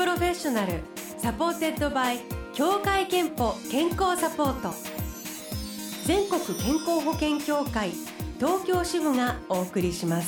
プロフェッショナルサポーテッドバイ協会憲法健康サポート、全国健康保険協会東京支部がお送りします。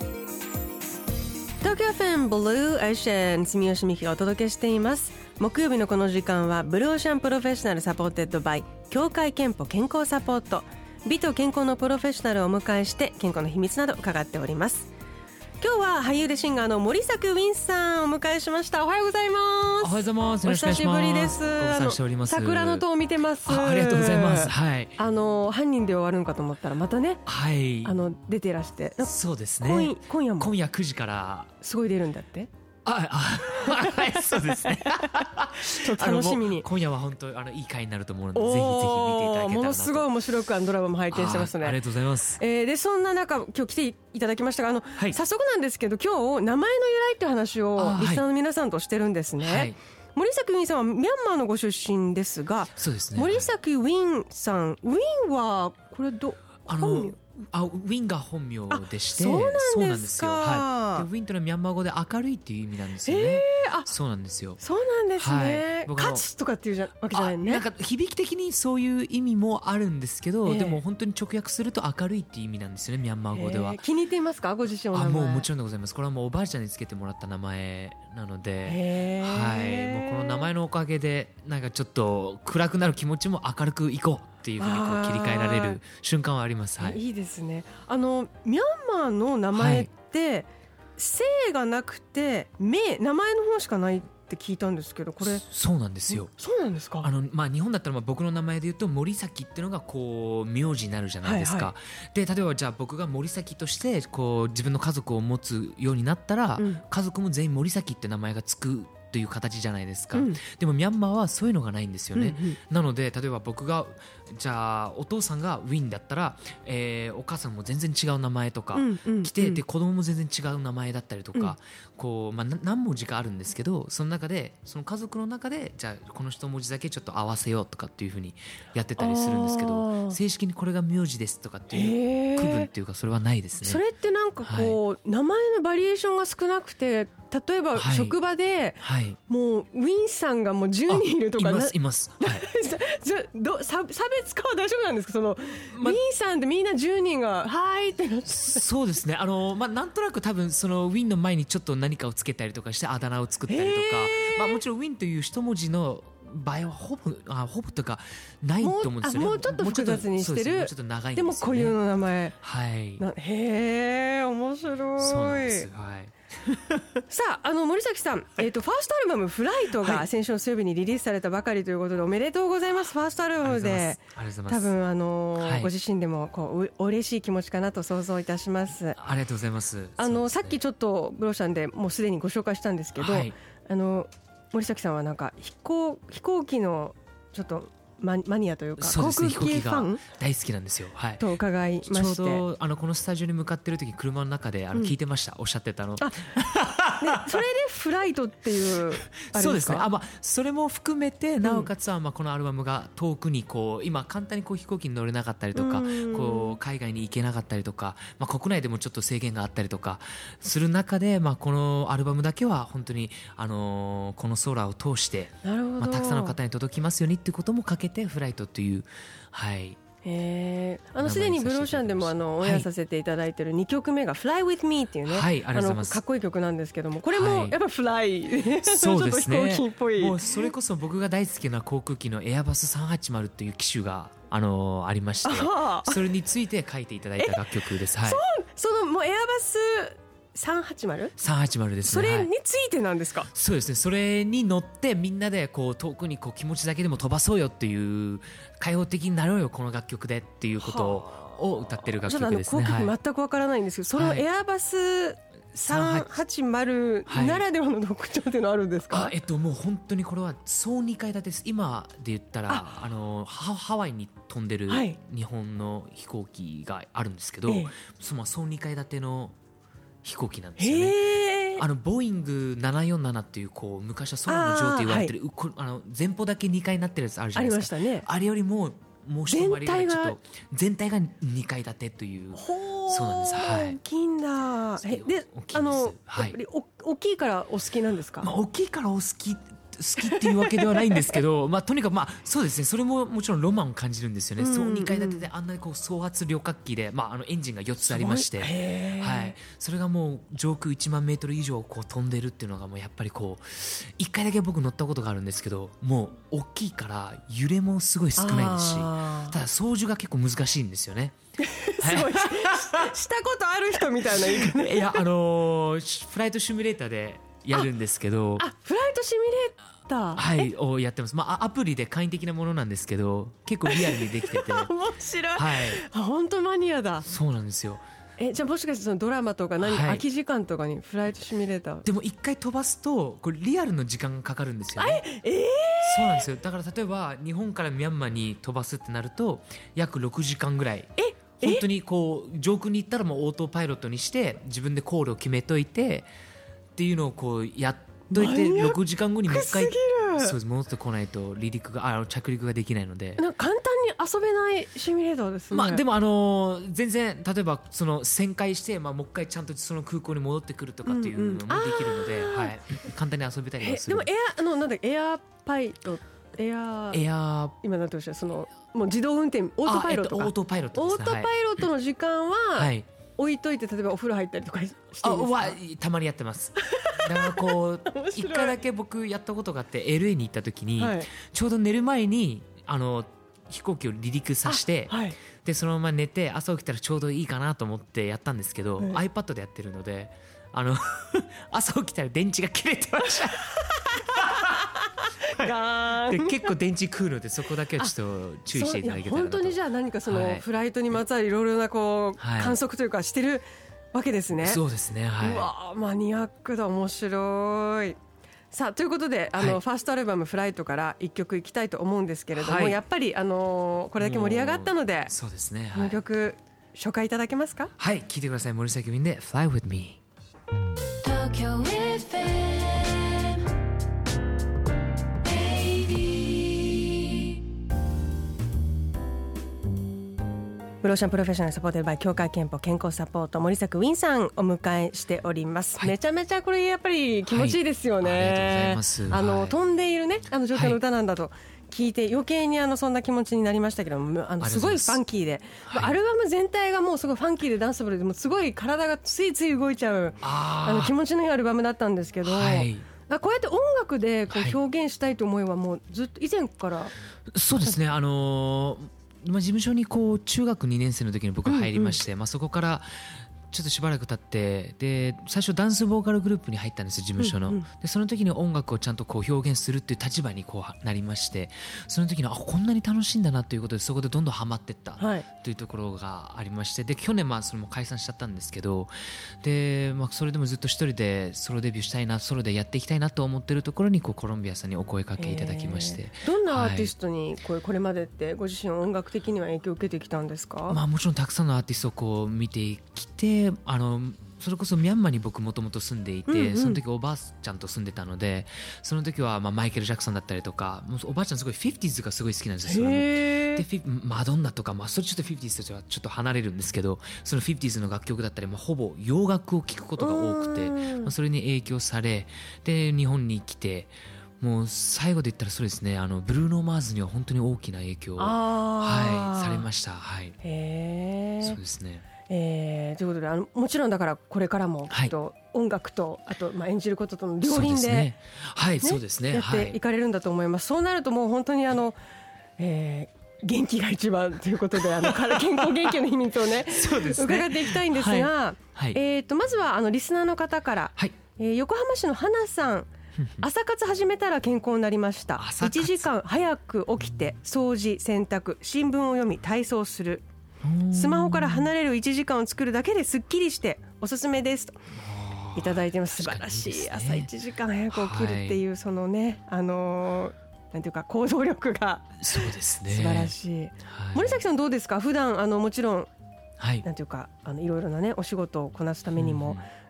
東京FMブルーエーシャン住吉美希がお届けしています。木曜日のこの時間はブルーオーシャンプロフェッショナルサポーテッドバイ協会憲法健康サポート、美と健康のプロフェッショナルをお迎えして健康の秘密など伺っております。今日は俳優でシンガーの森崎ウィンさんをお迎えしました。おはようございます。 おはようございます。 お久しぶりです。 ご無沙汰しております。 桜の塔を見てます。 ありがとうございます。はい。 犯人で終わるんかと思ったらまたね、 はい。 出てらして。 そうですね。 今夜 9時からすごい出るんだって。 はい、そうですね。 ちょっと楽しみに。 今夜は本当いい回になると思うので、ぜひぜひ見ていただけたらなと。 ものすごい面白くドラマも拝見してますね。 ありがとうございます。 でそんな中今日来ていただきましたが、 はい、 早速なんですけど、今日名前の由来って話をリスナーの皆さんとしてるんですね。はい、森崎ウィンさんはミャンマーのご出身ですが、 そうですね。 森崎ウィンさん、ウィンはこれウィンが本名でして、 そうなんですか。 はい、でウィンというのはミャンマー語で明るいっていう意味なんですよね。そうなんですよ。 そうなんですね。 はい、 勝つとかっていうわけじゃないね。 なんか響き的にそういう意味もあるんですけど、でも本当に直訳すると明るいっていう意味なんですよね、ミャンマー語では。 気に入っていますか、ご自身の名前。 もちろんでございます。これはもうおばあちゃんにつけてもらった名前なので、はい、もうこの名前のおかげでなんかちょっと暗くなる気持ちも明るくいこうっていうふうに切り替えられる瞬間はあります。はい、 いいですね。ミャンマーの名前って、姓がなくて名前の方しかないって聞いたんですけど、これそうなんですよ。 そうなんですか。 日本だったら僕の名前で言うと森崎っていうのがこう名字になるじゃないですか。で例えばじゃあ僕が森崎としてこう自分の家族を持つようになったら、家族も全員森崎って名前がつくという形じゃないですか。でもミャンマーはそういうのがないんですよね。なので例えば僕がじゃあお父さんがウィンだったら、お母さんも全然違う名前とか来て、で子供も全然違う名前だったりとか、こう何文字かあるんですけど、その中でその家族の中でじゃあこの一文字だけちょっと合わせようとかっていう風にやってたりするんですけど、正式にこれが名字ですとかっていう区分っていうかそれはないですね。 それってなんかこう、名前のバリエーションが少なくて、例えば職場で、もうウィンさんがもう10人いるとかいます、はい、 差別化は大丈夫なんですか。その、ウィンさんってみんな10人がはいってなって。 そうですね。なんとなく多分そのウィンの前にちょっと何かをつけたりとかしてあだ名を作ったりとか、もちろんウィンという一文字の場合はほぼとかないと思うんですよね。 もうちょっと複雑にしてる。 もうちょっと長いんですよね。 でも固有の名前。 はい。 へー、面白い。 そうなんです。はい。 さあ、森崎さん、ファーストアルバムフライトが先週の水曜日にリリースされたばかりということで、おめでとうございます。ファーストアルバムで多分ご自身でもこう嬉しい気持ちかなと想像いたします。 ありがとうございます。 さっきちょっとブロシャンでもうすでにご紹介したんですけど、森崎さんはなんか飛行機のちょっとマニアというか、航空機ファン大好きなんですよ。はい。 と伺いまして、 ちょうどこのスタジオに向かってる時車の中で聞いてました。おっしゃってたの。 それでフライトっていうあれですか。 そうですね。それも含めてなおかつはこのアルバムが遠くにこう今簡単にこう飛行機に乗れなかったりとか、こう海外に行けなかったりとか、国内でもちょっと制限があったりとかする中で、このアルバムだけは本当にこの空を通してたくさんの方に届きますようにっていうこともかけてフライトという、はい。 すでにブローシャンでもオンエアさせていただいている2曲目が Fly with me っていうね、かっこいい曲なんですけども、これもやっぱフライ、 そうですね。 ちょっと飛行機っぽい。 もうそれこそ僕が大好きな航空機のエアバス380っていう機種がありまして、それについて書いていただいた楽曲です。はい。 そのもうエアバス380 ですね。それについてなんですか。 そうですね。それに乗ってみんなでこう遠くにこう気持ちだけでも飛ばそうよっていう、開放的になろうよこの楽曲でっていうことを歌ってる楽曲ですね。 航空機全くわからないんですけど、そのエアバス380ならではの特徴っていうのはあるんですか。 もう本当にこれは総2階建てです。今で言ったらハワイに飛んでる日本の飛行機があるんですけど、総2階建ての飛行機なんですよね。ボーイング747っていうこう昔は空の女王って言われてる、前方だけ2階になってるやつあるじゃないですか。あれよりもう一回りぐらいちょっと全体が2階建てという。 そうなんです。はい。 大きいんだ。で、 大きいです。 やっぱり大きいからお好きなんですか？ 大きいから好きっていうわけではないんですけどとにかくそうですね、それももちろんロマンを感じるんですよね。そう2階建てであんなに総圧旅客機で、エンジンが4つありまして、はい、それがもう上空1万メートル以上飛んでるっていうのがもうやっぱり1回だけ僕乗ったことがあるんですけど、もう大きいから揺れもすごい少ないですし、ただ操縦が結構難しいんですよね。 すごいしたことある人みたいな言い方。 いやフライトシミュレーターでやるんですけど、 フライトシミュレーター、 はい、をやってます。アプリで簡易的なものなんですけど、結構リアルにできてて面白い、 はい、 本当マニアだ。 そうなんですよ。 じゃあもしかしてそのドラマとか空き時間とかにフライトシミュレーター、 でも一回飛ばすとこれリアルの時間がかかるんですよね。そうなんですよ。だから例えば日本からミャンマーに飛ばすってなると約6時間ぐらい、本当に上空に行ったらもうオートパイロットにして自分で航路を決めといてっていうのをやっといて、6時間後にもう一回そうです戻ってこないと着陸ができないので、 簡単に遊べないシミュレーターですね。 でも全然例えば旋回して、もう一回ちゃんとその空港に戻ってくるとかっていうのもできるので、はい、簡単に遊べたりはする。 でもエアパイロット今なんておっしゃるもう自動運転オートパイロットか、 オートパイロットですね。 オートパイロットの時間は、はい、置いといて例えばお風呂入ったりとかしてるんですか？ たまにやってます。だから1回だけ僕やったことがあって LA に行った時に、はい、ちょうど寝る前に飛行機を離陸させて、はい、でそのまま寝て朝起きたらちょうどいいかなと思ってやったんですけど、はい、iPad でやってるので朝起きたら電池が切れてましたで結構電池食うので、そこだけはちょっと注意していただけたらなと。 本当にじゃあ何かフライトにまつわるいろいろな観測というかしてるわけですね。 そうですね、はい、 うわマニアックだ、面白い。さあということでファーストアルバムフライトから1曲いきたいと思うんですけれども、やっぱりこれだけ盛り上がったので、 そうですね、 この曲紹介いただけますか？ はい、聴いてください。森崎ウィンで Fly With Me。 東京 FM ブローシャンプロフェッショナルサポーテッドバイ協会憲法健康サポート森崎ウィンさんお迎えしております、はい、めちゃめちゃこれやっぱり気持ちいいですよね、 はい、ありがとうございます、 飛んでいるね状態の歌なんだと聞いて余計にそんな気持ちになりましたけども、すごいファンキーで、はい、アルバム全体がもうすごいファンキーでダンサブルでもすごい体がついつい動いちゃう気持ちのいいアルバムだったんですけど、はい、こうやって音楽で表現したいと思いはもうずっと以前から、 そうですね、事務所に中学2年生の時に僕入りまして、そこからちょっとしばらく経ってで最初ダンスボーカルグループに入ったんですよ、事務所の、でその時に音楽をちゃんと表現するっていう立場になりまして、その時にこんなに楽しいんだなということでそこでどんどんハマっていったというところがありまして、で去年それも解散しちゃったんですけど、で、それでもずっと一人でソロデビューしたいな、ソロでやっていきたいなと思っているところにコロンビアさんにお声かけいただきまして、 どんなアーティストにこれまでってご自身音楽的には影響を受けてきたんですか？ もちろんたくさんのアーティストを見てきて、それこそミャンマーに僕もともと住んでいて、その時おばあちゃんと住んでたので、その時はマイケル・ジャクソンだったりとか、もうおばあちゃんすごい 50s がすごい好きなんですよ。でマドンナとか、それちょっと 50s とはちょっと離れるんですけど、その 50s の楽曲だったり、ほぼ洋楽を聴くことが多くて、それに影響されで日本に来て、もう最後で言ったらそうですね、ブルーノ・マーズには本当に大きな影響を、されました。はい、そうですね。 ということでもちろんだからこれからもきっと音楽とあと演じることとの両輪でそうですね、 やっていかれるんだと思います。そうなるともう本当に元気が一番ということで健康元気の秘密をね伺っていきたいんですが、まずはリスナーの方から、横浜市の花さん、朝活始めたら健康になりました。1時間早く起きて掃除、洗濯、新聞を読み、体操する、スマホから離れる1時間を作るだけですっきりしておすすめですといただいてます。素晴らしい。朝1時間早く起きるっていうそのね、なんていうか行動力がそうですね、 素晴らしい。森崎さんどうですか？普段もちろんなんていうかいろいろなねお仕事をこなすためにも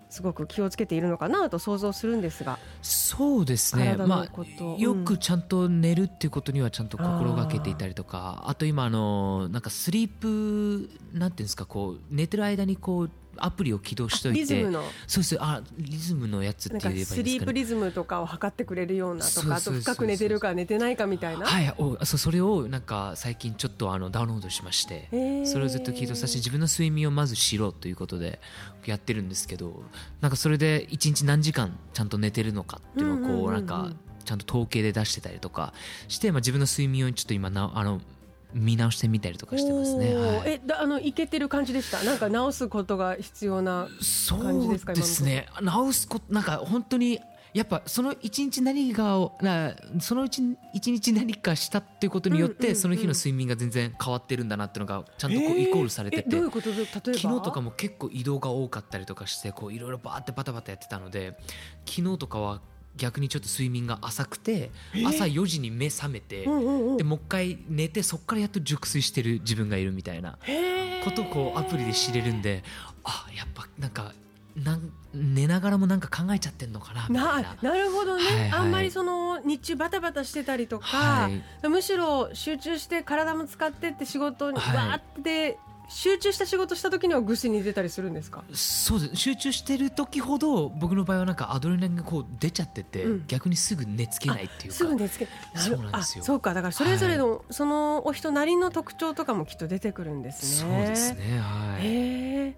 すごく気をつけているのかなと想像するんですが。 そうですね、 体のこと、 よくちゃんと寝るっていうことにはちゃんと心がけていたりとか、あと今なんかスリープなんていうんですか、こう寝てる間にこうアプリを起動しといて、 リズムのそうです、リズムのやつって言えばいいんですかね。 スリープリズムとかを測ってくれるようなとか、あと深く寝てるか寝てないかみたいな、 はい、それをなんか最近ちょっとダウンロードしまして、それをずっと起動させて自分の睡眠をまずしろということでやってるんですけど、なんかそれで1日何時間ちゃんと寝てるのかっていうのをこうなんかちゃんと統計で出してたりとかして、自分の睡眠をちょっと今見直してみたりとかしてますね。 はい、いけてる感じでした？なんか直すことが必要な感じですか？ そうですね、直すことなんか本当にやっぱその一日何かしたっていうことによって、その日の睡眠が全然変わってるんだなっていうのがちゃんとこうイコールされてて、 どういうこと？例えば昨日とかも結構移動が多かったりとかしてこういろいろバーってバタバタやってたので、昨日とかは逆にちょっと睡眠が浅くて、朝4時に目覚めて、でもう一回寝てそこからやっと熟睡してる自分がいるみたいなことをこうアプリで知れるんで、やっぱなんか寝ながらもなんか考えちゃってんのかなみたいな。 なるほどね、 はいはい、 あんまりその日中バタバタしてたりとか、 はい、 むしろ集中して体も使ってって仕事にわーって集中した仕事した時にはぐっすり寝てたりするんですか？ そうです、集中してる時ほど僕の場合はなんかアドレナリンがこう出ちゃってて、逆にすぐ寝つけないっていうか。 すぐ寝つけそうなんですよ。 そうか、だからそれぞれの、そのお人なりの特徴とかもきっと出てくるんですね。 そうですね、はい。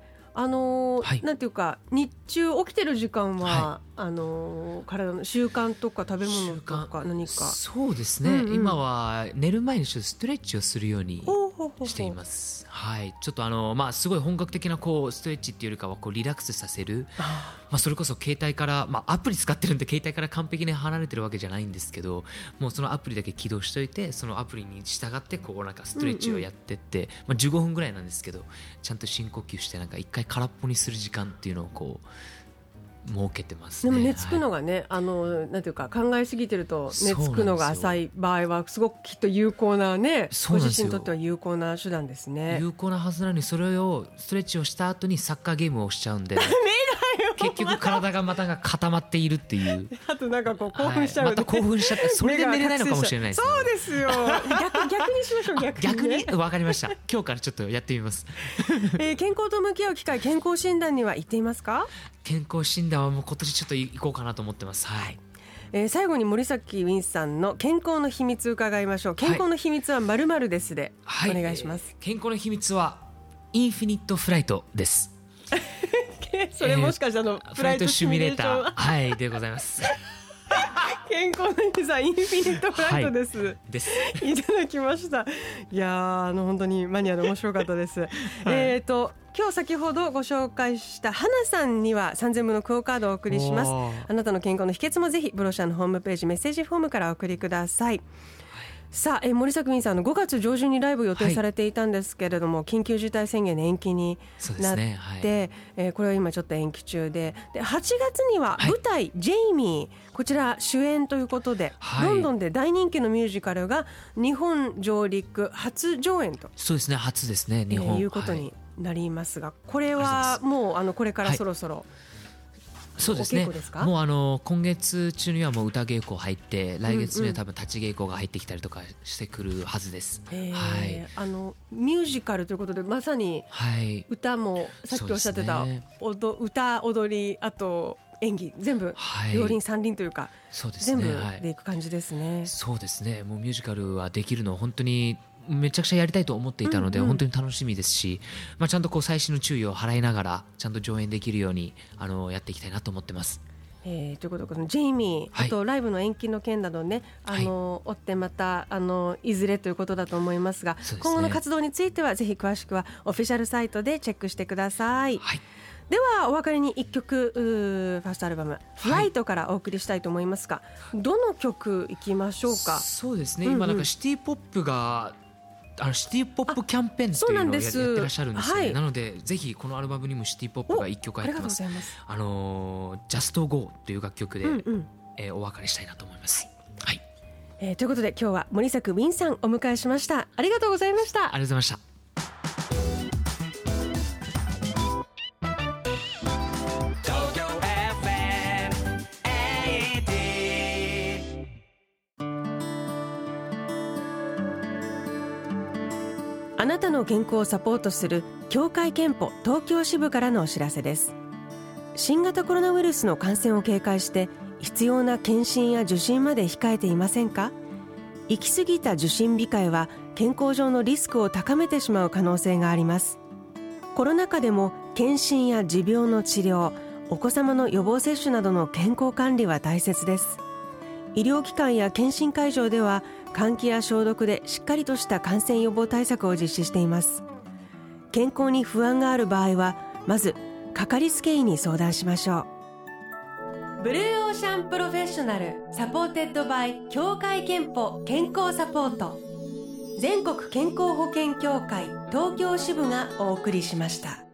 はい、 なんていうか日中起きてる時間は、体の習慣とか食べ物とか何か。 そうですね、今は寝る前にちょっとストレッチをするようにしています。はい、ちょっとすごい本格的なこうストレッチっていうよりかはこうリラックスさせる、それこそ携帯から、アプリ使ってるんで携帯から完璧に離れてるわけじゃないんですけど、もうそのアプリだけ起動しといて、そのアプリに従ってこうなんかストレッチをやってって、15分ぐらいなんですけど、ちゃんと深呼吸してなんか一回空っぽにする時間っていうのをこう設けてますね。 でも寝つくのがね、なんていうか考えすぎてると寝つくのが浅い場合はすごくきっと有効なね、ご自身にとっては有効な手段ですね。 有効なはずなのに、それをストレッチをした後にサッカーゲームをしちゃうんで結局体がまた固まっているっていうあとなんかこう興奮しちゃう、 また興奮しちゃってそれで寝れないのかもしれないですね。 そうですよ逆にしましょう。 逆に分かりました。今日からちょっとやってみます健康と向き合う機会、健康診断には行っていますか？ 健康診断はもう今年ちょっと行こうかなと思ってます。はい。 最後に森崎ウィンさんの健康の秘密伺いましょう。健康の秘密は〇〇ですで、お願いします。 健康の秘密はインフィニットフライトですそれもしかしたらフライトシミュレーター、はいでございます健康の秘密はインフィニットフライトです、 はい、ですいただきました。いや本当にマニアで面白かったです、今日先ほどご紹介した花さんには3000分のクオカードをお送りします。あなたの健康の秘訣もぜひブロシャのホームページメッセージフォームからお送りください。さあ、森崎ウィンさん5月上旬にライブ予定されていたんですけれども、緊急事態宣言で延期になって、これは今ちょっと延期中で、8月には舞台、ジェイミー、こちら主演ということで、ロンドンで大人気のミュージカルが日本上陸初上演と。 そうですね、初ですね、日本、 いうことになりますが、これはもうこれからそろそろ、 そうですね、もう今月中にはもう歌稽古入って、来月には多分立ち稽古が入ってきたりとかしてくるはずです、 ミュージカルということでまさに歌もさっきおっしゃってた、歌踊り、あと演技全部両輪三輪というか、全部でいく感じですね。 そうですね、もうミュージカルはできるの本当にめちゃくちゃやりたいと思っていたので、本当に楽しみですし、ちゃんとこう細心の注意を払いながらちゃんと上演できるようにやっていきたいなと思ってます。 ということでジェイミー、あとライブの延期の件などね、追ってまたいずれということだと思いますが、今後の活動についてはぜひ詳しくはオフィシャルサイトでチェックしてください。ではお別れに1曲、ファーストアルバムフライトからお送りしたいと思いますが、どの曲いきましょうか？ そうですね、今なんかシティポップがシティポップキャンペーンっていうのをやってらっしゃるんですよね。なのでぜひこのアルバムにもシティポップが1曲入ってます。Just Go という楽曲で、お別れしたいなと思います。 ということで今日は森崎ウィンさんお迎えしました。ありがとうございました。 ありがとうございました。東京あなたの健康をサポートする協会憲法東京支部からのお知らせです。新型コロナウイルスの感染を警戒して必要な検診や受診まで控えていませんか？行き過ぎた受診控えは健康上のリスクを高めてしまう可能性があります。コロナ禍でも検診や持病の治療、お子様の予防接種などの健康管理は大切です。医療機関や検診会場では換気や消毒でしっかりとした感染予防対策を実施しています。健康に不安がある場合はまずかかりつけ医に相談しましょう。ブルーオーシャンプロフェッショナルサポーテッドバイ協会憲法健康サポート、全国健康保険協会東京支部がお送りしました。